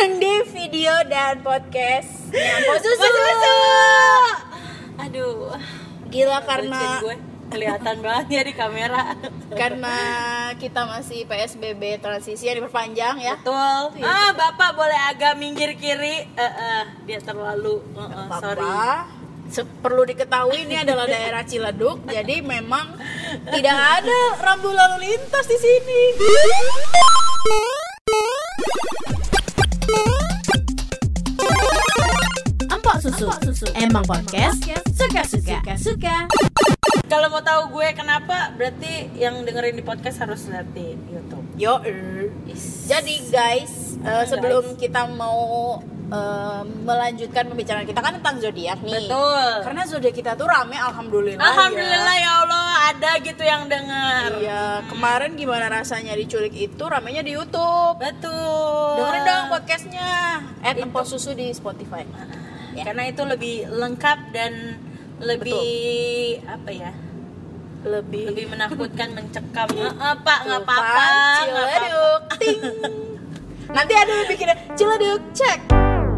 datang di video dan podcast Nyampo Susu. Aduh, Gila karena gue kelihatan banget ya di kamera. karena kita masih PSBB transisi yang diperpanjang ya. Betul. Bapak boleh agak minggir kiri. Dia terlalu sorry. Perlu diketahui ini adalah daerah Ciledug, jadi memang tidak ada rambu lalu lintas di sini. Empok Susu. Emang podcast suka. Kalau mau tahu gue kenapa, berarti yang dengerin di podcast harus lihat di YouTube. Jadi guys, sebelum kita mau melanjutkan pembicaraan kita kan tentang zodiak nih. Betul. Karena zodiak kita tuh rame, alhamdulillah. Alhamdulillah ya Allah, ada gitu yang dengar. Iya, kemarin gimana rasanya diculik itu ramenya di YouTube. Betul. Dengerin dong podcastnya Empok Susu di Spotify. Ya. Karena itu lebih lengkap dan lebih apa ya? Lebih menakutkan, mencekam. Pak, nggak apa-apa. Ciledug, ting. Nanti ada yang bikin Ciledug cek.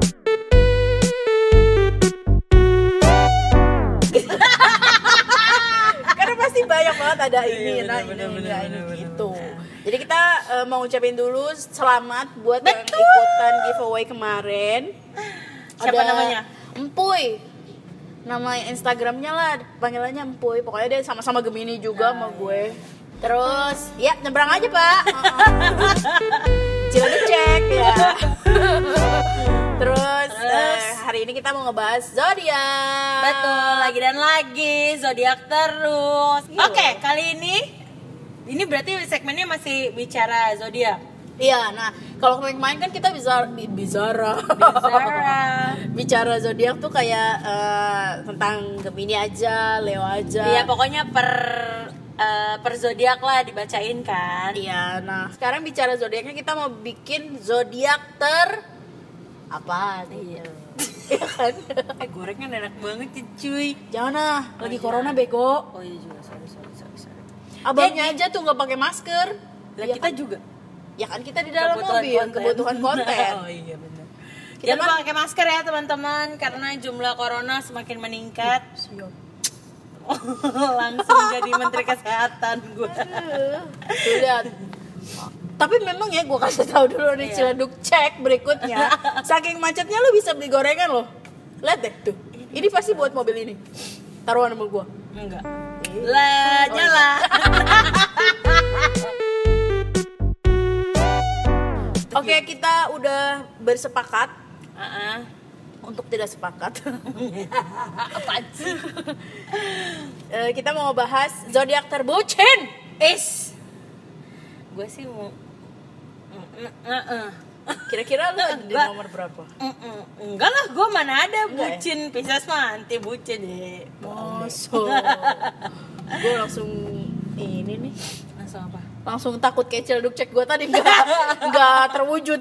Karena pasti banyak banget ada ini, gitu. Jadi kita mau ucapin dulu selamat buat yang ikutan giveaway kemarin. Siapa namanya? Empuy. Nama Instagramnya lah, panggilannya Empuy. Pokoknya dia sama-sama Gemini juga sama gue. Terus, ya nyebrang aja Pak. Ciledug cek ya. Terus hari ini kita mau ngebahas zodiak. Betul, lagi dan lagi zodiak terus. Iya. Oke, kali ini berarti segmennya masih bicara zodiak. Iya, nah kalau kemarin kan kita bicara zodiak tuh kayak tentang Gemini aja, Leo aja. Iya, pokoknya per zodiak lah dibacain kan. Iya, nah sekarang bicara zodiaknya kita mau bikin zodiak apa nih? Iya kan? Gorengan enak banget ya, cuy. Jangan lah, lagi corona bego. Oh iya juga, sorry. Abangnya aja tuh nggak pakai masker. Lah Ya kita kan? juga. Ya kan kita di dalam mobil, kebutuhan konten. Oh iya benar. Kita Jangan lupa kan- pakai masker ya teman-teman, karena jumlah corona semakin meningkat. Langsung jadi menteri kesehatan gue. Tuh lihat. Tapi memang ya gue kasih tahu dulu nih Ciledug cek berikutnya. Saking macetnya lu bisa beli gorengan loh. Lihat deh tuh. Ini pasti buat mobil ini. Taruhan sama gue. Enggak. Lah, nyala. Oke, kita udah bersepakat untuk tidak sepakat. Apaan sih? Kita mau bahas zodiak terbucin. Gue sih mau Kira-kira lu ada di Enggak. nomor berapa? enggak lah, gue mana ada Enggak bucin. Pisces mah anti bucin deh. Masuk. Gue langsung ini nih. Langsung apa? Langsung takut kayak Ciledug cek gue tadi nggak terwujud.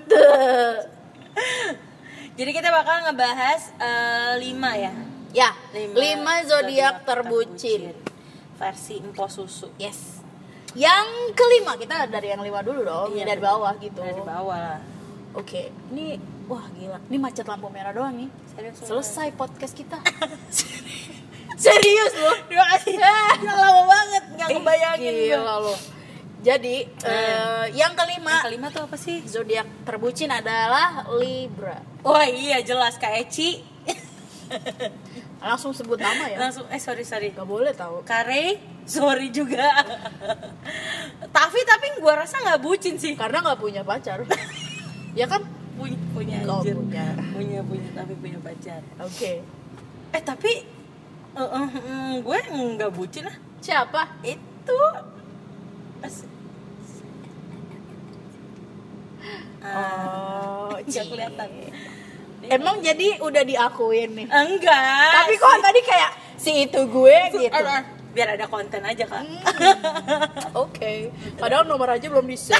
Jadi kita bakal ngebahas 5 ya. Ya, 5 5 zodiak terbucin. Versi Empok Susu. Yes. Yang kelima, kita dari yang 5 dulu dong, Iya, dari bawah gitu. Dari bawah lah. Oke, ini wah gila. Ini macet lampu merah doang nih. Serius. Selesai podcast kita. Serius loh. Terima kasih. Udah lama banget nggak ngebayangin gue. Gila loh. Jadi, yang kelima, Yang kelima tuh apa sih? zodiak terbucin adalah Libra. Oh iya, jelas Kak Eci. Langsung sebut nama ya. Langsung sorry. Gak boleh tahu. Kare, sorry juga. tapi gue rasa nggak bucin sih. Karena nggak punya pacar. Ya kan? Punya Kau anjir. punya. Punya tapi punya pacar. Oke. Tapi gue nggak bucin lah. Siapa? Itu nggak kelihatan. Emang jadi udah diakuin nih. Enggak. Tapi kok tadi kayak si itu gue gitu. Biar ada konten aja kan. Oke. Padahal nomor aja belum di-save.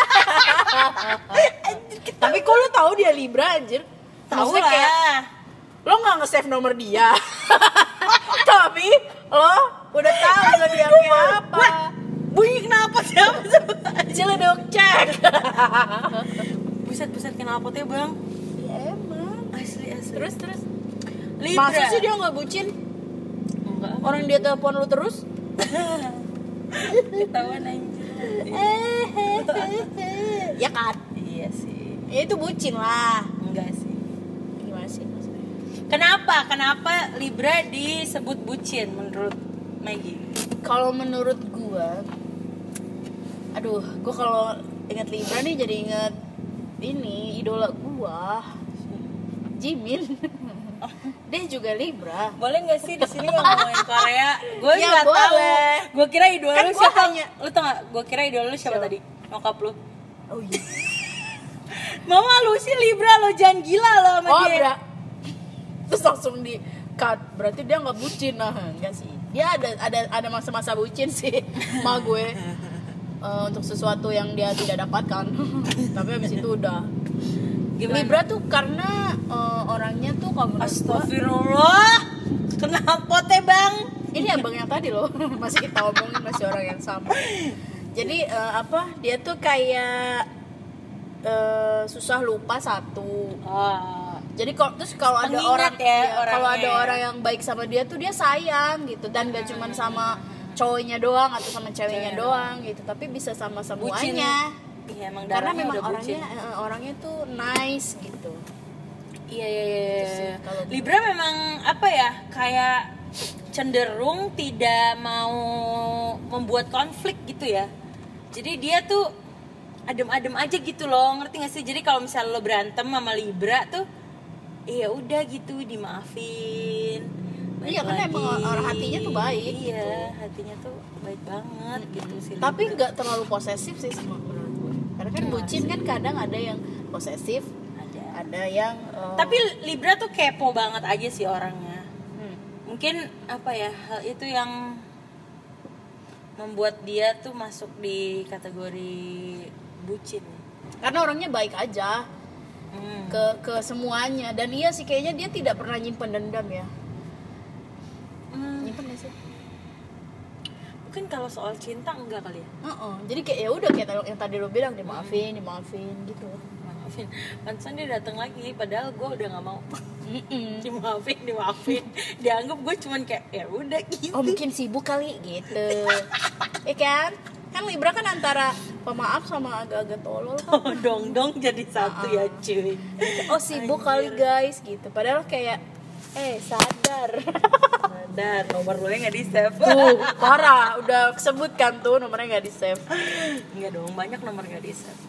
Tapi kok lu tahu dia Libra anjir? Tahu Maksudnya kayak lah. lo nggak nge-save nomor dia. Tapi lo udah tahu zodiaknya apa. Bunyi kenapa siapa? Ciledug cek. buset knalpotnya bang. Ya emang. Asli. Terus Libra. masa sih dia nggak bucin? Enggak. Orang dia telepon lu terus? Ketahuan anjir. Ya kan? Iya sih. Ya itu bucin lah. Enggak sih. Gimana sih maksudnya? Kenapa Libra disebut bucin menurut Maggie? Kalau menurut gua, gua kalau ingat Libra nih jadi ingat ini idola gua, Jimin. Dia juga Libra. Boleh nggak sih di sini ngomongin Korea? Gue Ya, nggak tahu. boleh. Gue kira idola Kan lu gua siapa? hanya- Lu tau nggak? Gue kira idola lu siapa tadi? Nyokap lu. Oh iya. Mama lu sih Libra lo, jangan gila lo sama Oh, dia. terus langsung di cut. Berarti dia nggak bucin. Nah, enggak sih. Dia ada masa-masa bucin sih sama gue. Untuk sesuatu yang dia tidak dapatkan. Tapi habis itu udah. Gimana? Libra tuh karena orangnya tuh kalau menurut gua, Astagfirullah. Kenapa teh bang? ini abang yang tadi loh. Masih kita omongin masih orang yang sama. Jadi dia tuh kayak susah lupa satu. Oh. Jadi kalau ada Pengingat orang ya, kalau orangnya. ada orang yang baik sama dia tuh dia sayang gitu, dan gak cuma sama cowoknya doang atau sama ceweknya doang gitu, tapi bisa sama semuanya. Iya emang Karena darahnya memang udah bucin. orangnya tuh nice gitu. Iya. sih, kalau Libra memang apa ya, kayak cenderung tidak mau membuat konflik gitu ya. Jadi dia tuh adem-adem aja gitu loh, ngerti gak sih? Jadi kalau misalnya lo berantem sama Libra tuh, iya udah gitu, dimaafin. Balik Iya, karena lagi. emang orang hatinya tuh baik. Iya, gitu. hatinya tuh baik banget gitu sih. Tapi Libra. nggak terlalu posesif sih menurut gue. Karena kan bucin kan kadang ada yang posesif, ada yang Tapi Libra tuh kepo banget aja sih orangnya. Mungkin apa ya, hal itu yang membuat dia tuh masuk di kategori bucin. karena orangnya baik aja ke semuanya, dan iya sih kayaknya dia tidak pernah nyimpen dendam ya. Nyimpen nggak sih? Mungkin kalau soal cinta enggak kali ya. Jadi kayak ya udah kayak yang tadi lo bilang, dimaafin gitu. Maafin. Pantesan dia datang lagi, padahal gue udah nggak mau. dimaafin. Dianggap gue cuman kayak ya udah gitu. Oh mungkin sibuk kali gitu. Kan Libra kan antara pemaaf sama agak-agak tolol kan. Oh dong jadi satu ya cuy. Oh sibuk kali guys gitu. Padahal kayak sadar. Sadar nomor lo nggak di save. Tuh parah, udah kesebutkan tuh nomornya nggak di save. Enggak dong, banyak nomor nggak di save.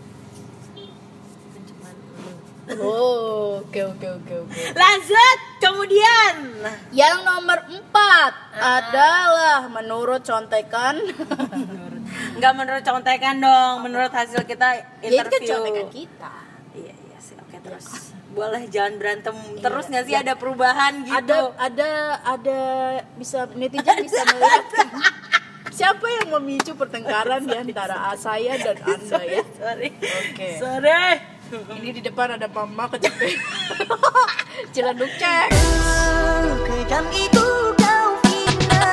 Oh, oke. Lanjut, kemudian Yang nomor 4 adalah menurut contekan. nggak menurut contekan dong, menurut hasil kita Ya itu kan interview. contekan kita. Iya sih, oke terus. Boleh jangan berantem terus nggak sih, ada perubahan gitu. Ada bisa netizen bisa melihat kan, siapa yang memicu pertengkaran di antara saya dan Anda ya. Sorry. Oke. Sorry. Ini di depan ada mama kejepit. Ciledug cek. Kejam itu kau indah.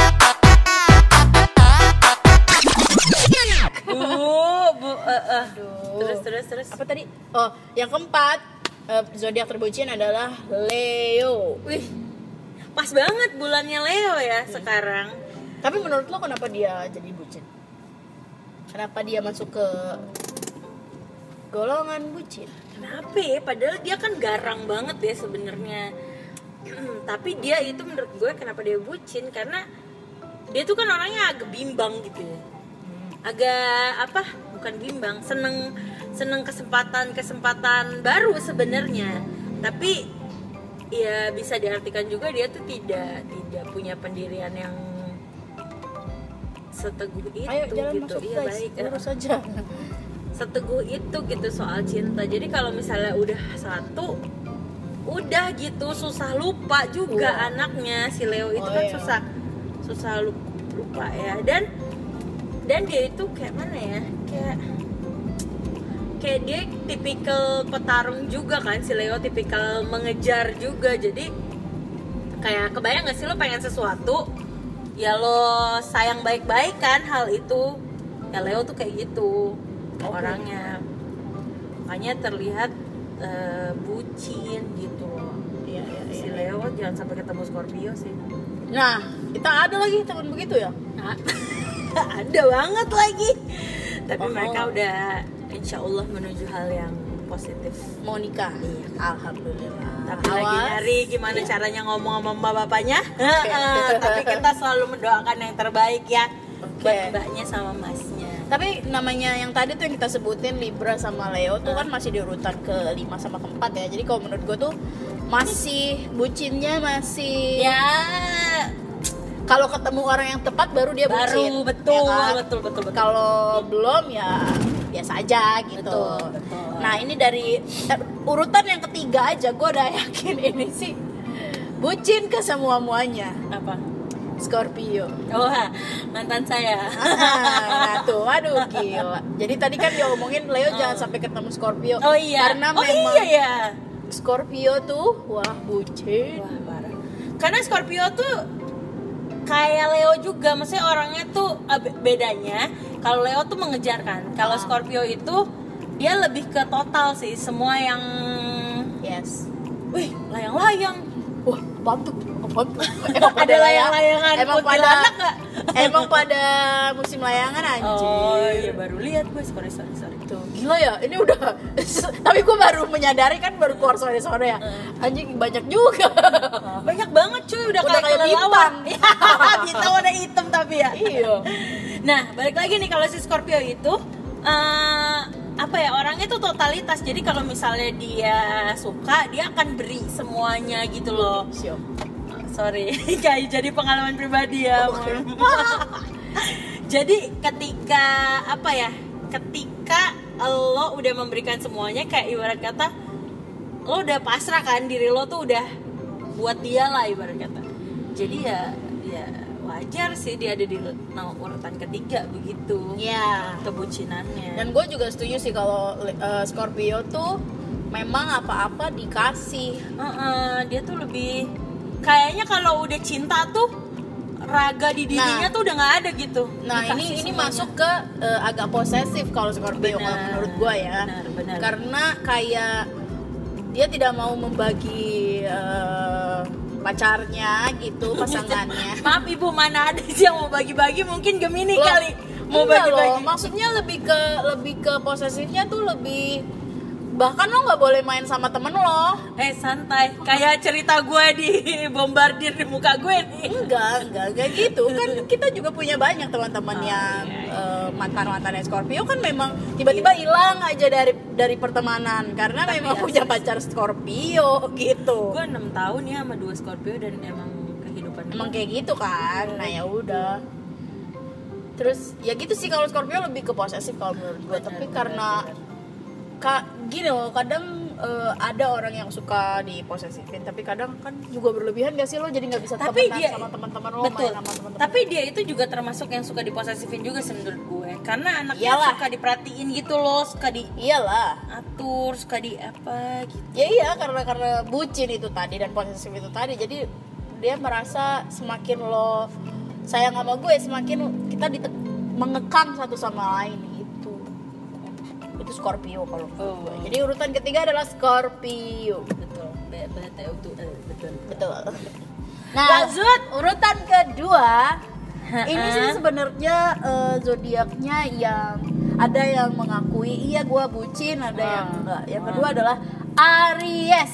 Terus. Apa tadi? Oh, yang keempat, zodiak terbucin adalah Leo. Wih, pas banget bulannya Leo ya sekarang. Tapi menurut lo kenapa dia jadi bucin? Kenapa dia masuk ke golongan bucin? Kenapa ya? Padahal dia kan garang banget ya sebenarnya. Tapi dia itu menurut gue kenapa dia bucin, karena dia tuh kan orangnya agak bimbang gitu ya. Agak apa? Bukan bimbang, seneng kesempatan baru sebenarnya. Tapi ya bisa diartikan juga dia tuh tidak punya pendirian yang seteguh itu. Ayo jalan gitu. masuk Iya guys, baik. lurus aja. Seteguh itu gitu soal cinta. Jadi kalau misalnya udah satu, udah gitu susah lupa juga anaknya si Leo itu kan iya. susah lupa ya. Dan dia itu kayak mana ya, kayak dia tipikal petarung juga kan, si Leo tipikal mengejar juga. Jadi kayak kebayang gak sih lo pengen sesuatu, ya lo sayang baik-baik kan hal itu. Ya Leo tuh kayak gitu orangnya. makanya terlihat bucin gitu loh. Iya. Si Leo jangan sampai ketemu Scorpio sih. Nah, kita ada lagi teman begitu ya. Ada banget lagi. Tapi Oh. mereka udah insya Allah menuju hal yang positif. Mau nikah. Iya. Alhamdulillah. Tapi lagi nyari gimana caranya ngomong sama mbak bapaknya. Tapi kita selalu mendoakan yang terbaik ya buat mbaknya sama masnya. Tapi namanya yang tadi tuh yang kita sebutin Libra sama Leo tuh kan masih di urutan ke-5 sama ke-4 ya. Jadi kalau menurut gue tuh masih bucinnya masih Ya, kalau ketemu orang yang tepat baru dia bucin. betul, ya kan? betul. Kalau belum ya biasa aja gitu. Betul. Nah, ini dari urutan yang ketiga aja gue udah yakin ini sih bucin ke semua-muanya. Apa? Scorpio. Wah, mantan saya. Nah tuh, aduh gila. Jadi tadi kan dia ngomongin Leo jangan sampai ketemu Scorpio. Oh iya. Karena oh memang iya ya. Scorpio tuh wah bucin. Wah, parah. Karena Scorpio tuh kayak Leo juga, maksudnya orangnya tuh bedanya. Kalau Leo tuh mengejarkan, kalau Scorpio itu dia lebih ke total sih, semua yang Yes. wih, layang-layang. Wah, apaan tuh? Ada layang-layangan Emang pada kuntilanak nggak? Emang pada musim layangan anjir. Oh iya, baru lihat gue, sorry. Tuh, gila ya, ini udah tapi gue baru menyadari kan baru keluar sore-sore ya. Anjing banyak juga. Banyak banget cuy, udah kayak bintang. Bintang warna hitam tapi ya. Iya. Nah, balik lagi nih kalau si Scorpio itu apa ya, orangnya tuh totalitas. Jadi kalau misalnya dia suka, dia akan beri semuanya gitu loh. Siap. Sorry, kayak jadi pengalaman pribadi ya. Oke. Jadi ketika apa ya? Ketika lo udah memberikan semuanya, kayak ibarat kata lo udah pasrah kan, diri lo tuh udah buat dia lah ibarat kata. Jadi ya wajar sih dia ada di urutan ketiga begitu. Ya. Kebucinannya. Dan gue juga setuju sih kalau Scorpio tuh memang apa-apa dikasih. Dia tuh lebih kayaknya kalau udah cinta tuh raga di dirinya tuh udah nggak ada gitu. Nah, Dikasih ini semuanya. masuk ke agak posesif kalau Scorpio kalau menurut gue ya. Benar. Karena kayak dia tidak mau membagi pacarnya gitu, pasangannya. Maaf ibu, mana ada sih yang mau bagi-bagi, mungkin Gemini Loh, kali mau enggak bagi-bagi. loh, maksudnya lebih ke posesifnya tuh lebih, bahkan lo nggak boleh main sama temen lo. Santai, kayak cerita gue di bombardir di muka gue nih. Enggak gitu kan. Kita juga punya banyak teman-teman yang mantan-mantannya Scorpio kan memang tiba-tiba hilang aja dari pertemanan karena Tapi memang ya, punya pacar Scorpio gitu. Gue 6 tahun ya sama 2 Scorpio dan emang kehidupan Emang kayak gitu kan. Nah ya udah. Terus ya gitu sih, kalau Scorpio lebih ke posesif kalau menurut gue. Tapi karena gini loh, kadang ada orang yang suka diposesifin, tapi kadang kan juga berlebihan gak sih lo, jadi nggak bisa Tapi temenan dia- sama teman-teman lo, betul. main sama teman-teman. Tapi dia itu juga termasuk yang suka diposesifin juga sih menurut gue. Karena anaknya Iyalah. suka diperhatiin gitu loh, suka Iyalah. diatur, suka di apa gitu. Ya iya, karena bucin itu tadi dan posesif itu tadi. Jadi dia merasa semakin lo sayang sama gue, semakin kita mengekang satu sama lain gitu. Itu Scorpio kalau menurut gue. Jadi urutan ketiga adalah Scorpio. Betul. Betul. Betul. Nah, Lanjut. urutan kedua ini sih sebenarnya zodiaknya yang ada yang mengakui iya gue bucin, ada yang enggak. Yang kedua adalah Aries.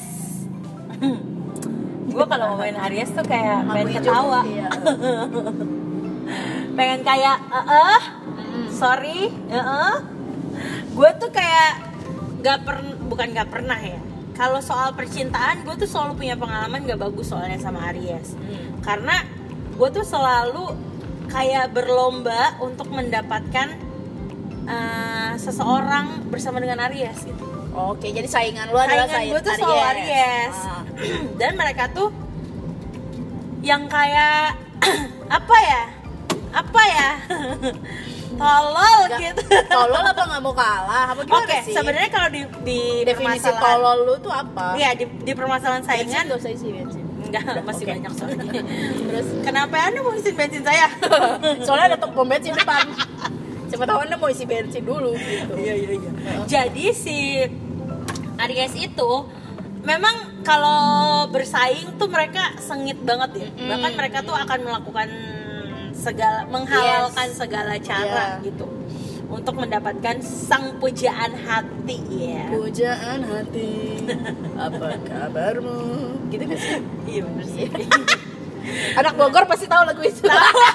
Gue kalau ngomongin Aries tuh kayak pengen Ngakui ketawa. juga, iya. Pengen kayak sorry, gue tuh kayak bukan nggak pernah ya. Kalau soal percintaan, gue tuh selalu punya pengalaman gak bagus soalnya sama Aries. Karena gue tuh selalu kayak berlomba untuk mendapatkan seseorang bersama dengan Aries gitu. Oke, jadi saingan lu adalah Saingan gue tuh selalu Aries. Dan mereka tuh yang kayak apa ya tolol gitu. Tolol apa nggak mau kalah? Apa gimana Oke, sih? sebenarnya kalau di Definisi permasalahan, tolol lu tuh apa? Iya, di permasalahan saingan Gak usah isi bensin. enggak, masih oke. banyak soalnya. Terus Kenapa Anda mau isi bensin saya? soalnya ada toko pom bensin depan. Siapa tahu Anda mau isi bensin dulu gitu. Iya. Jadi si Aries itu memang kalau bersaing tuh mereka sengit banget ya. Bahkan mereka tuh akan melakukan menghalalkan segala cara gitu untuk mendapatkan sang pujaan hati ya. Pujaan hati, apa kabarmu? Gitu kan sih? Iya bener sih. Anak Bogor pasti tahu lagu itu.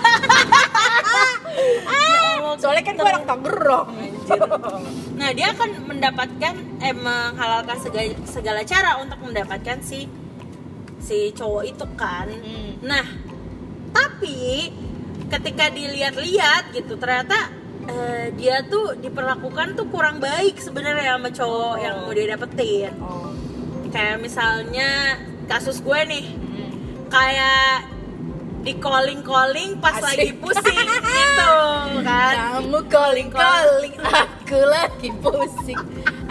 Soalnya kan gue anak Tangerang. Nah dia akan mendapatkan menghalalkan segala cara untuk mendapatkan si cowok itu kan. Nah tapi ketika dilihat-lihat gitu ternyata dia tuh diperlakukan tuh kurang baik sebenarnya sama cowok yang mau dia dapetin. Kayak misalnya kasus gue nih, kayak di calling pas lagi pusing gitu kan. Kamu calling aku lagi pusing.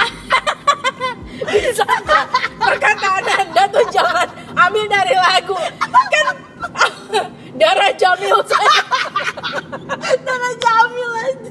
Bisa nggak perkataan Anda tuh jangan ambil dari lagu kan. Dara Jamil saya. Dara Jamil aja.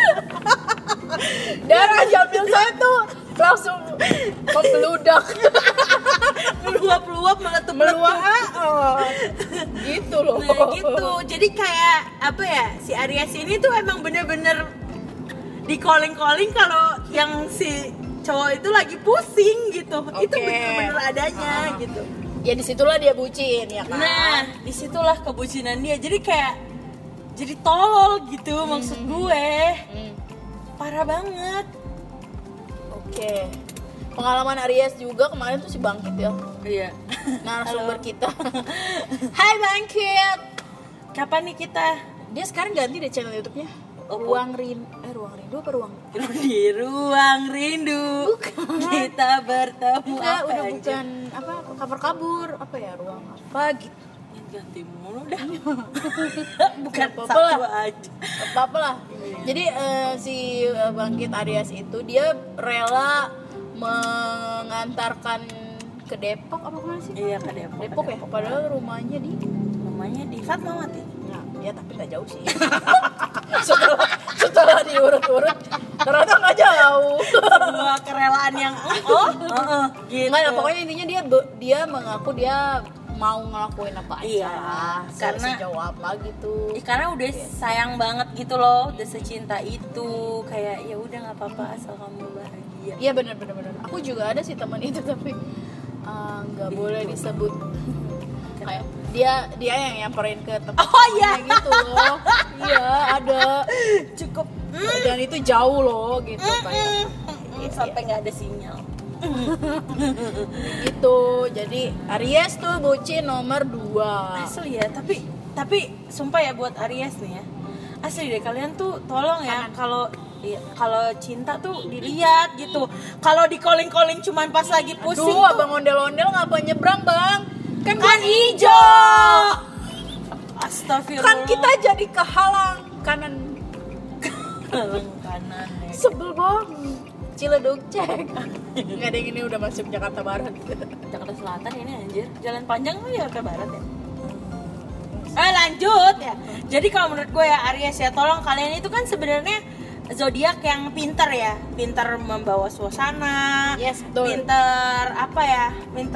Dara Jamil saya tuh langsung membeludak. Meluap Meluap. Gitu loh. Nah gitu. Jadi kayak apa ya, si Aries ini tuh emang bener-bener di calling kalau yang si cowok itu lagi pusing gitu. Itu bener-bener adanya gitu. Ya disitulah dia bucin ya kan. Nah disitulah kebucinan dia. Jadi kayak jadi tolol gitu maksud gue. Parah banget. Oke. Pengalaman Aries juga kemarin tuh si Bangkit ya. Iya. Narasumber kita. Hai Bangkit. Kapan nih kita? Dia sekarang ganti deh channel YouTube-nya. Ruang Rindu apa Ruang? Di ruang rindu. Bukan. Kita bertemu. Enggak, apa udah aja? bukan apa kabur apa ya, ruang apa gitu. Ganti mulu dah. Bukan Apa-apa satu lah. aja. Apa lah. Jadi si Bangkit Aries itu dia rela mengantarkan ke Depok apa kemana sih? Iya ke Depok. Depok ya, padahal rumahnya di Fatmawati. Nah, ya tapi nggak jauh sih. setelah diurut-urut ternyata nggak jauh. Semua kerelaan yang gitu. Nggak, pokoknya intinya dia mengaku dia mau ngelakuin apa aja. Iya, karena sejauh apa gitu. Karena udah sayang banget gitu loh, udah secinta itu, kayak ya udah nggak apa-apa asal kamu bahagia. Iya benar. Aku juga ada sih teman itu tapi nggak boleh disebut. Kayak dia yang nyamperin ke tempat gitu loh. Iya ada. Cukup. Dan itu jauh loh gitu kayak. Sampai nggak ada sinyal. Gitu. Jadi Aries tuh bucin nomor 2. Asli ya, tapi sumpah ya buat Aries nih ya. Asli deh kalian tuh tolong ya kalau cinta tuh dilihat gitu. Kalau di calling cuman pas lagi pusing Duh, abang ondel-ondel ngapa nyebrang bang? Kan hijau. Astagfirullah. Kan kita jadi kehalang kanan. kanan ya. Sebel banget. Ciledug cek. Nggak ada yang ini udah masuk Jakarta Barat. Jakarta Selatan ini anjir. Jalan panjang tuh Jakarta Barat ya. Lanjut ya. Jadi kalau menurut gue ya Aries ya, tolong kalian itu kan sebenarnya zodiak yang pintar ya, pintar membawa suasana, Yes, betul. pintar apa ya,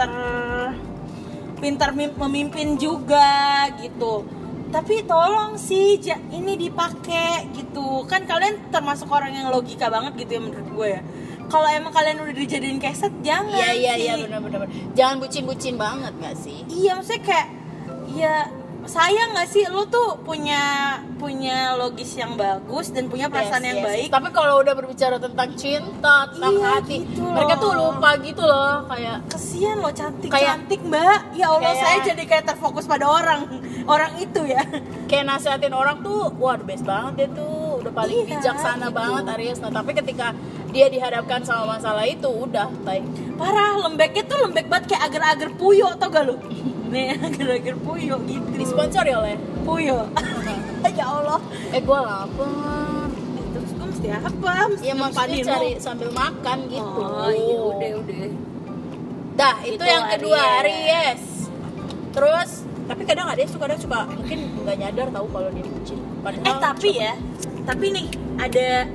pintar memimpin juga gitu. Tapi tolong sih ini dipakai gitu. Kan kalian termasuk orang yang logika banget gitu ya menurut gue ya. Kalau emang kalian udah dijadiin keset jangan. Iya benar. Jangan bucin-bucin banget nggak sih? Iya maksudnya kayak ya sayang nggak sih lo tuh punya logis yang bagus dan punya perasaan yang baik. Tapi kalau udah berbicara tentang cinta, tentang hati, gitu mereka loh. tuh lupa gitu loh, kayak Kesian lo cantik Kayak- mbak. Ya Allah kayak- saya jadi kayak terfokus pada orang itu ya. kayak nasihatin orang tuh, wah the best banget dia tuh, udah paling Iya, bijaksana gitu. banget Aries. Nah tapi ketika dia dihadapkan sama masalah itu, udah tai. Parah, lembeknya tuh lembek banget kayak agar-agar puyo tau gak lo? Nih agar-agar puyo gitu. Disponsori oleh Puyo. Ya Allah. gua lapar. Terus gue mesti apa? Mesti Ya maksudnya nempanin cari lo. sambil makan gitu. Oh iya udah. Dah, itu Itu yang kedua Aries. Aries. Terus tapi kadang Aries suka mungkin nggak nyadar tahu kalau dia bucin. Padahal Tapi nih ada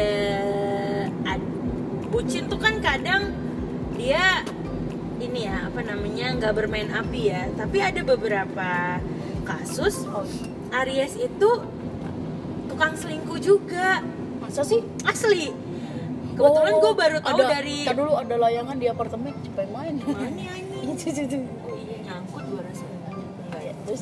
bucin tuh kan kadang dia ini ya apa namanya nggak bermain api ya, tapi ada beberapa kasus Aries itu tukang selingkuh juga. Masa sih? Asli. Kebetulan gue baru tahu dari Ntar dulu ada layangan di apartemen, coba yang main. mana ini. Itu. Oh iya nyangkut gue rasa. Enggak ya. Terus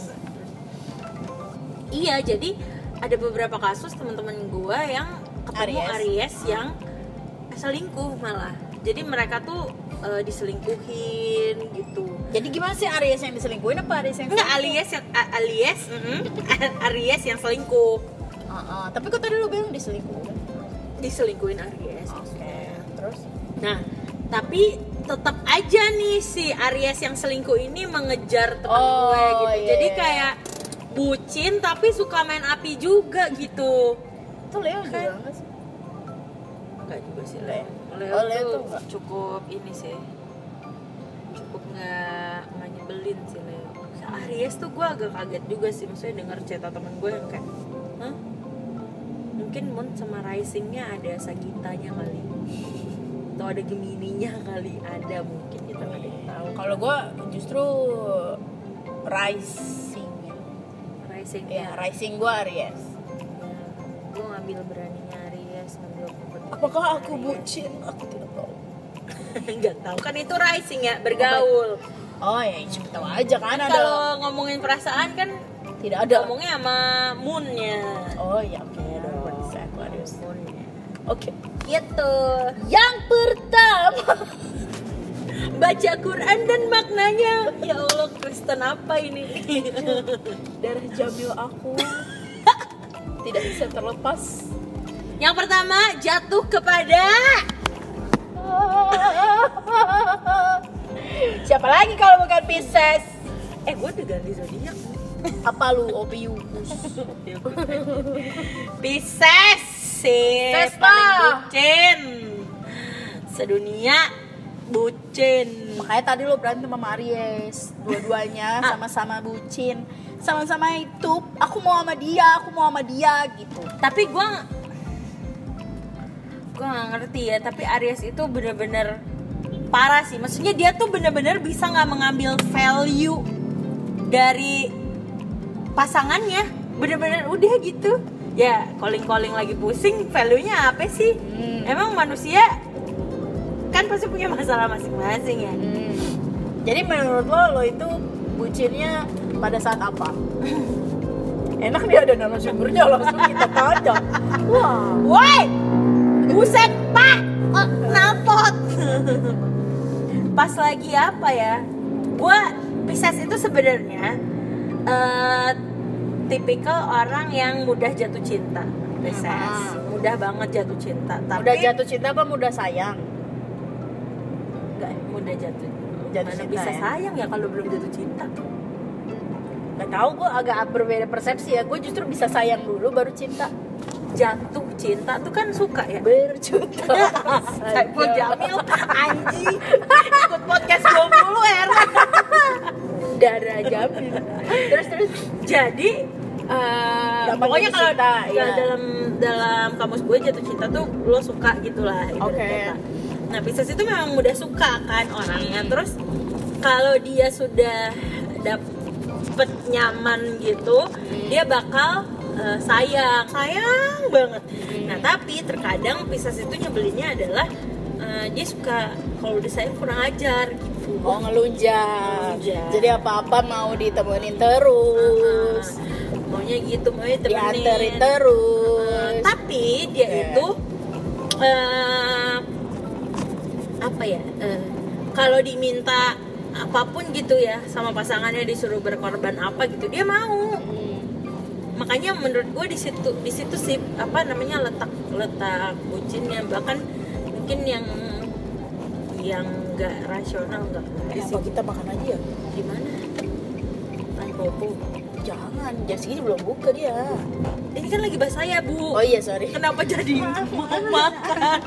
Iya, jadi ada beberapa kasus teman-teman gue yang ketemu Aries yang selingkuh malah. Jadi mereka tuh diselingkuhin gitu. jadi gimana sih Aries yang diselingkuhin apa Aries yang Enggak, selingkuh? Aries yang selingkuh. Tapi kok tadi lu bilang diselingkuh? Diselingkuhin Aries. Terus? Nah, tapi tetap aja nih si Aries yang selingkuh ini mengejar teman gue gitu. Iya. Jadi kayak bucin tapi suka main api juga gitu. Itu Leo juga enggak sih? Enggak juga sih Leo. Leo Leo tuh tuh enggak. cukup ini sih. Cukup nggak nyebelin sih Leo. Aries tuh gue agak kaget juga sih, maksudnya denger cerita temen gue yang kayak, hah? Mungkin Moon sama Risingnya ada Sagitanya kali, atau ada Gemininya kali, ada mungkin kita nggak ada yang tahu. Kalau gue justru rising. Risingnya, Rising gue Aries. gue ngambil beraninya Aries, ngambil kompetitif. Apakah aku bucin? Aku tidak tahu. Nggak tahu kan itu Rising ya, bergaul. Oh ya, cuma tahu aja kan ada. Kalau ngomongin perasaan kan Tidak ada. ngomongnya sama Moonnya. Oh ya, oke dong. Aquarius. Moonnya. Oke. Gitu. Yang pertama, Baca Quran dan maknanya. Ya Allah, Kristen apa ini? darah Jamil aku tidak bisa terlepas. Yang pertama, jatuh kepada Siapa lagi kalau bukan Pisces? gue udah ganti zodiak. Apa lu Opius? Pisces sih, Vespa. paling bucin sedunia, bucin. Makanya tadi lo berantem sama Aries. Dua-duanya sama-sama bucin. Sama-sama itu, aku mau sama dia gitu. Tapi gue nggak ngerti ya, tapi Aries itu bener-bener parah sih. Maksudnya dia tuh bener-bener bisa nggak mengambil value dari pasangannya, bener-bener udah gitu. Ya calling lagi pusing, value-nya apa sih? Emang manusia kan pasti punya masalah masing-masing ya. Jadi menurut lo itu bucinnya pada saat apa? Enak dia ada narasumbernya, langsung kita tanya. Wah, Woi, buset pak, knalpot. Pas lagi apa ya? Gua Pisces itu sebenarnya tipikal orang yang mudah jatuh cinta. Pisces, mudah banget jatuh cinta. Tapi udah jatuh cinta apa mudah sayang? nggak mudah jatuh. Jatuh Mana cinta bisa ya? sayang ya kalau belum jatuh cinta? Gak tau, gue agak berbeda persepsi ya. Gue justru bisa sayang dulu baru cinta. Jatuh cinta tuh kan suka ya. Berjuta. Saiful Jamil anjing ikut podcast 20 era. Darah Jamil. Terus. Jadi pokoknya jatuh kalau cinta, iya. dalam kamus gue jatuh cinta tuh lo suka gitulah ibarat Oke. kata. Nah Pisces itu memang mudah suka kan orangnya. Terus kalau dia sudah dapet nyaman gitu, dia bakal sayang banget. Nah tapi terkadang Pisces itu nyebelinnya adalah dia suka kalau udah sayang kurang ajar gitu. Oh, ngelunjak. Ngelunjak. Jadi apa-apa mau ditemenin terus. Maunya gitu, maunya temenin. Dianterin terus. Tapi dia Iya. itu apa ya? Kalau diminta apapun gitu ya sama pasangannya, disuruh berkorban apa gitu, dia mau. Makanya menurut gue di situ sih apa namanya letak bucinnya. Bahkan mungkin yang nggak rasional nggak di Apa situ. kita makan aja ya? Di mana? Popo. Jangan, jam segini belum buka dia. Ini kan lagi bahasa ya bu. Oh iya, sorry. Kenapa jadi mau makan?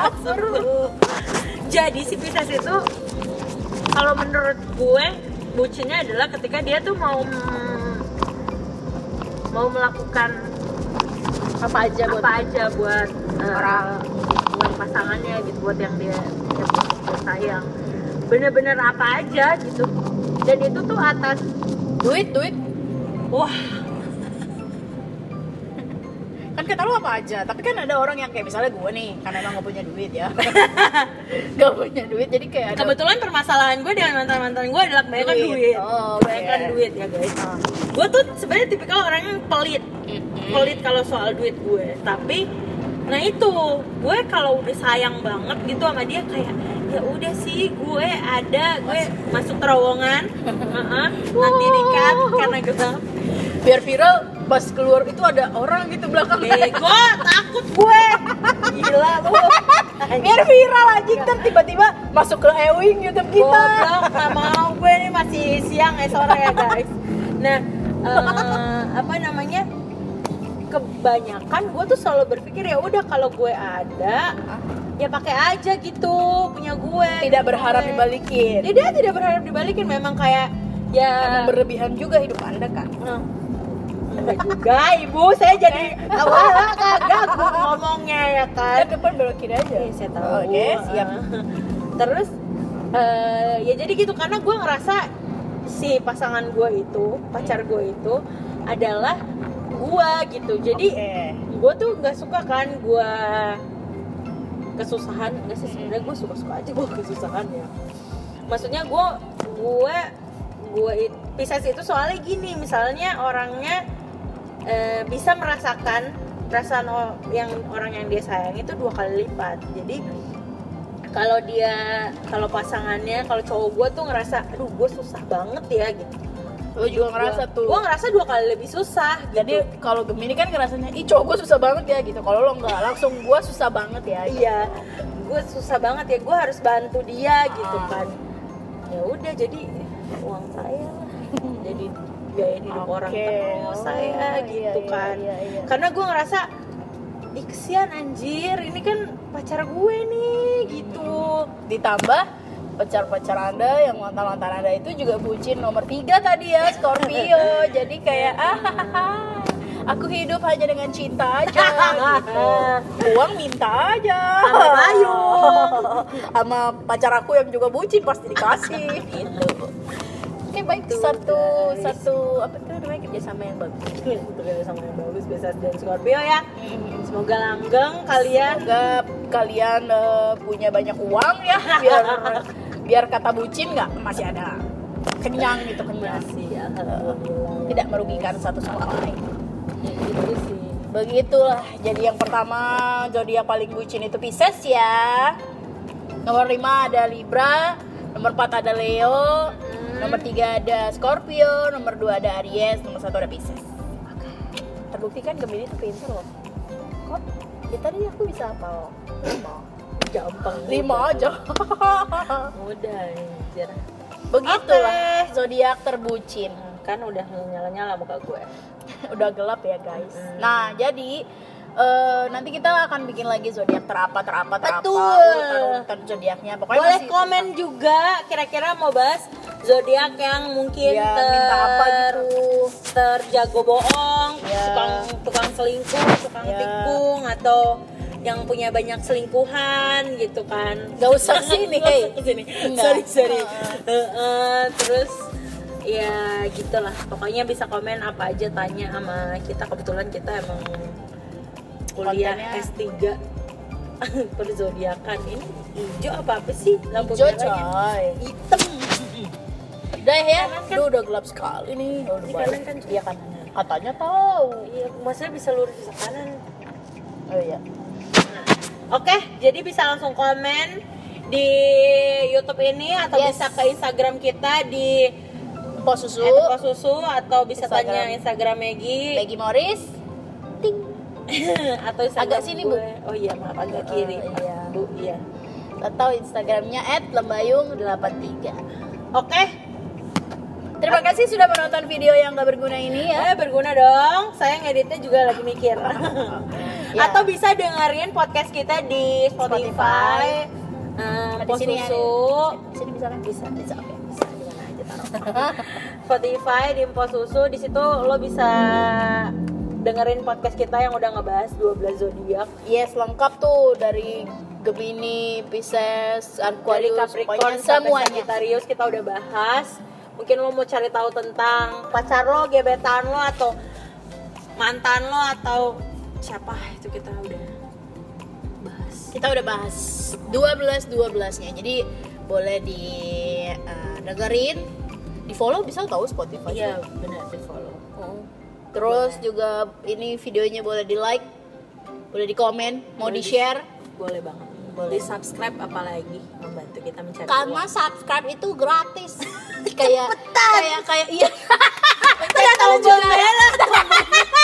Jadi si Pisces itu kalau menurut gue bucinnya adalah ketika dia tuh mau melakukan Apa aja buat buat orang. buat pasangannya gitu, buat yang dia sayang. Bener-bener apa aja gitu. Dan itu tuh atas duit. wah, Kan kata lu apa aja, tapi kan ada orang yang kayak misalnya gue nih, karena emang gak punya duit ya. Gak punya duit, jadi kayak ada kebetulan permasalahan gue dengan mantan-mantan gue adalah kebanyakan duit. Oh, Kebanyakan oke. duit ya guys. Gue tuh sebenarnya tipikal orang yang pelit kalau soal duit gue. Tapi nah itu, gue kalau udah sayang banget gitu sama dia, kayak ya udah sih, gue masuk terowongan, nanti di-cut karena gelap. biar viral pas keluar itu ada orang gitu belakang. Bego, takut gue. Gila lu. Biar viral aja, ntar tiba-tiba masuk ke Ewing YouTube kita. Goblok, gak mau, gue ini masih siang sore ya guys. Nah, apa namanya? Kebanyakan gue tuh selalu berpikir ya udah, kalau gue ada ya pakai aja gitu punya gue. Tidak berharap dibalikin. Tidak berharap dibalikin, memang kayak ya Emang berlebihan juga hidup Anda kan. enggak juga ibu, saya jadi awalnya kagak gue ngomongnya ya kan. Kan depan belok kiri aja. Iya, saya tahu. Oke, siap. Terus ya jadi gitu, karena gue ngerasa si pasangan gue itu, pacar gue itu adalah gue gitu. Jadi gue tuh nggak suka kan gue kesusahan. Nggak sih, sebenarnya gue suka aja gue kesusahan ya. Maksudnya gue Pisces itu soalnya gini, misalnya orangnya bisa merasakan perasaan orang yang dia sayang itu 2 kali lipat. Jadi kalau pasangannya, kalau cowok gue tuh ngerasa aduh gue susah banget ya gitu, Lo juga ngerasa tuh. gue ngerasa 2 kali lebih susah gitu. Jadi kalau Gemini kan ngerasanya, ih cowok gue susah banget ya gitu. Kalau lo enggak, langsung gue susah banget ya. iya, gue susah banget ya, gue harus bantu dia gitu kan. Ya udah, jadi uang saya lah, jadi biayain hidup orang terus saya gitu kan. Iya. Karena gue ngerasa ih kesian anjir, ini kan pacar gue nih gitu. Ditambah pacar-pacar Anda yang mantan-mantan Anda itu juga bucin nomor 3 tadi ya, Scorpio. Jadi kayak aku hidup hanya dengan cinta aja gitu. Uang minta aja. Sama payung. Sama pacar aku yang juga bucin pasti dikasih gitu. Oke, baik, satu apa tuh namanya, kerjasama yang bagus. Kerjasama yang bagus, Pisces dan Scorpio ya. Semoga langgeng kalian. Semoga kalian punya banyak uang ya, biar kata bucin nggak masih ada kenyang gitu, kenyang. Masih, alhamdulillah. Tidak merugikan satu sama lain. Gitu sih. Begitulah. Jadi yang pertama zodiak paling bucin itu Pisces ya. Nomor 5 ada Libra, nomor 4 ada Leo, nomor 3 ada Scorpio, nomor 2 ada Aries, nomor 1 ada Pisces. Terbukti kan Gemini tuh pintar loh. Kok? Ya tadi aku bisa apa loh? Gampang. 5 aja. Mudah anjir. Begitulah zodiak terbucin. Kan udah nyala-nyala muka gue. Udah gelap ya guys. Nah jadi nanti kita akan bikin lagi zodiak terapa. Betul. Urutan zodiaknya. Pokoknya Boleh masih komen juga kira-kira mau bahas zodiak yang mungkin ya, minta apa gitu. terjago bohong, Ya. tukang selingkuh, tukang Ya. tikung, atau yang punya banyak selingkuhan gitu kan. Gak usah sini, hey. Sini. Enggak. Sorry. Terus ya gitulah. Pokoknya bisa komen apa aja, tanya sama kita. Kebetulan kita emang kuliah Kontennya S3 perzodiakan. Ini hijau apa sih lampu hijau merahnya? coy. Hitam. Udah ya, Kanan kan? udah gelap sekali nih. Udah Ini balik. kanan kan? Iya kanan. Katanya tahu. Iya, maksudnya bisa lurus ke kanan. Oh iya. Oke, jadi bisa langsung komen di YouTube ini atau Yes. bisa ke Instagram kita di Pos susu. @posusu atau bisa Instagram. tanya Instagram Maggie Maggie Morris. Ting. atau Instagram Agak sini, Bu. gue. Oh iya, maaf agak kiri. Iya. Bu, iya. Atau Instagramnya @lembayung83. Oke, Terima kasih sudah menonton video yang gak berguna ini ya. berguna dong. Saya ngeditnya juga lagi mikir. Ya. Atau bisa dengerin podcast kita di Spotify. Di sini ya. Posusu. Di sini bisa kan? Bisa. Oke. Bisa di mana aja taruh. Spotify di Posusu, di situ lo bisa dengerin podcast kita yang udah ngebahas 12 zodiak. Yes, lengkap tuh dari Gemini, Pisces, Dari Aquarius, Capricorn pokoknya sampai semuanya. Sagittarius kita udah bahas. Mungkin lo mau cari tahu tentang pacar lo, gebetan lo, atau mantan lo, atau siapa itu kita udah bahas. Kita udah bahas 12-12-nya. Jadi boleh di dengerin, di follow, bisa tahu Spotify. Iya benar, di follow. Oh. Terus juga ini videonya boleh di like, boleh di komen, mau Boleh di share. Boleh banget. Boleh. Di subscribe apalagi membantu kita mencari Karena uang. subscribe itu gratis. kayak iya. Ternyata lo juga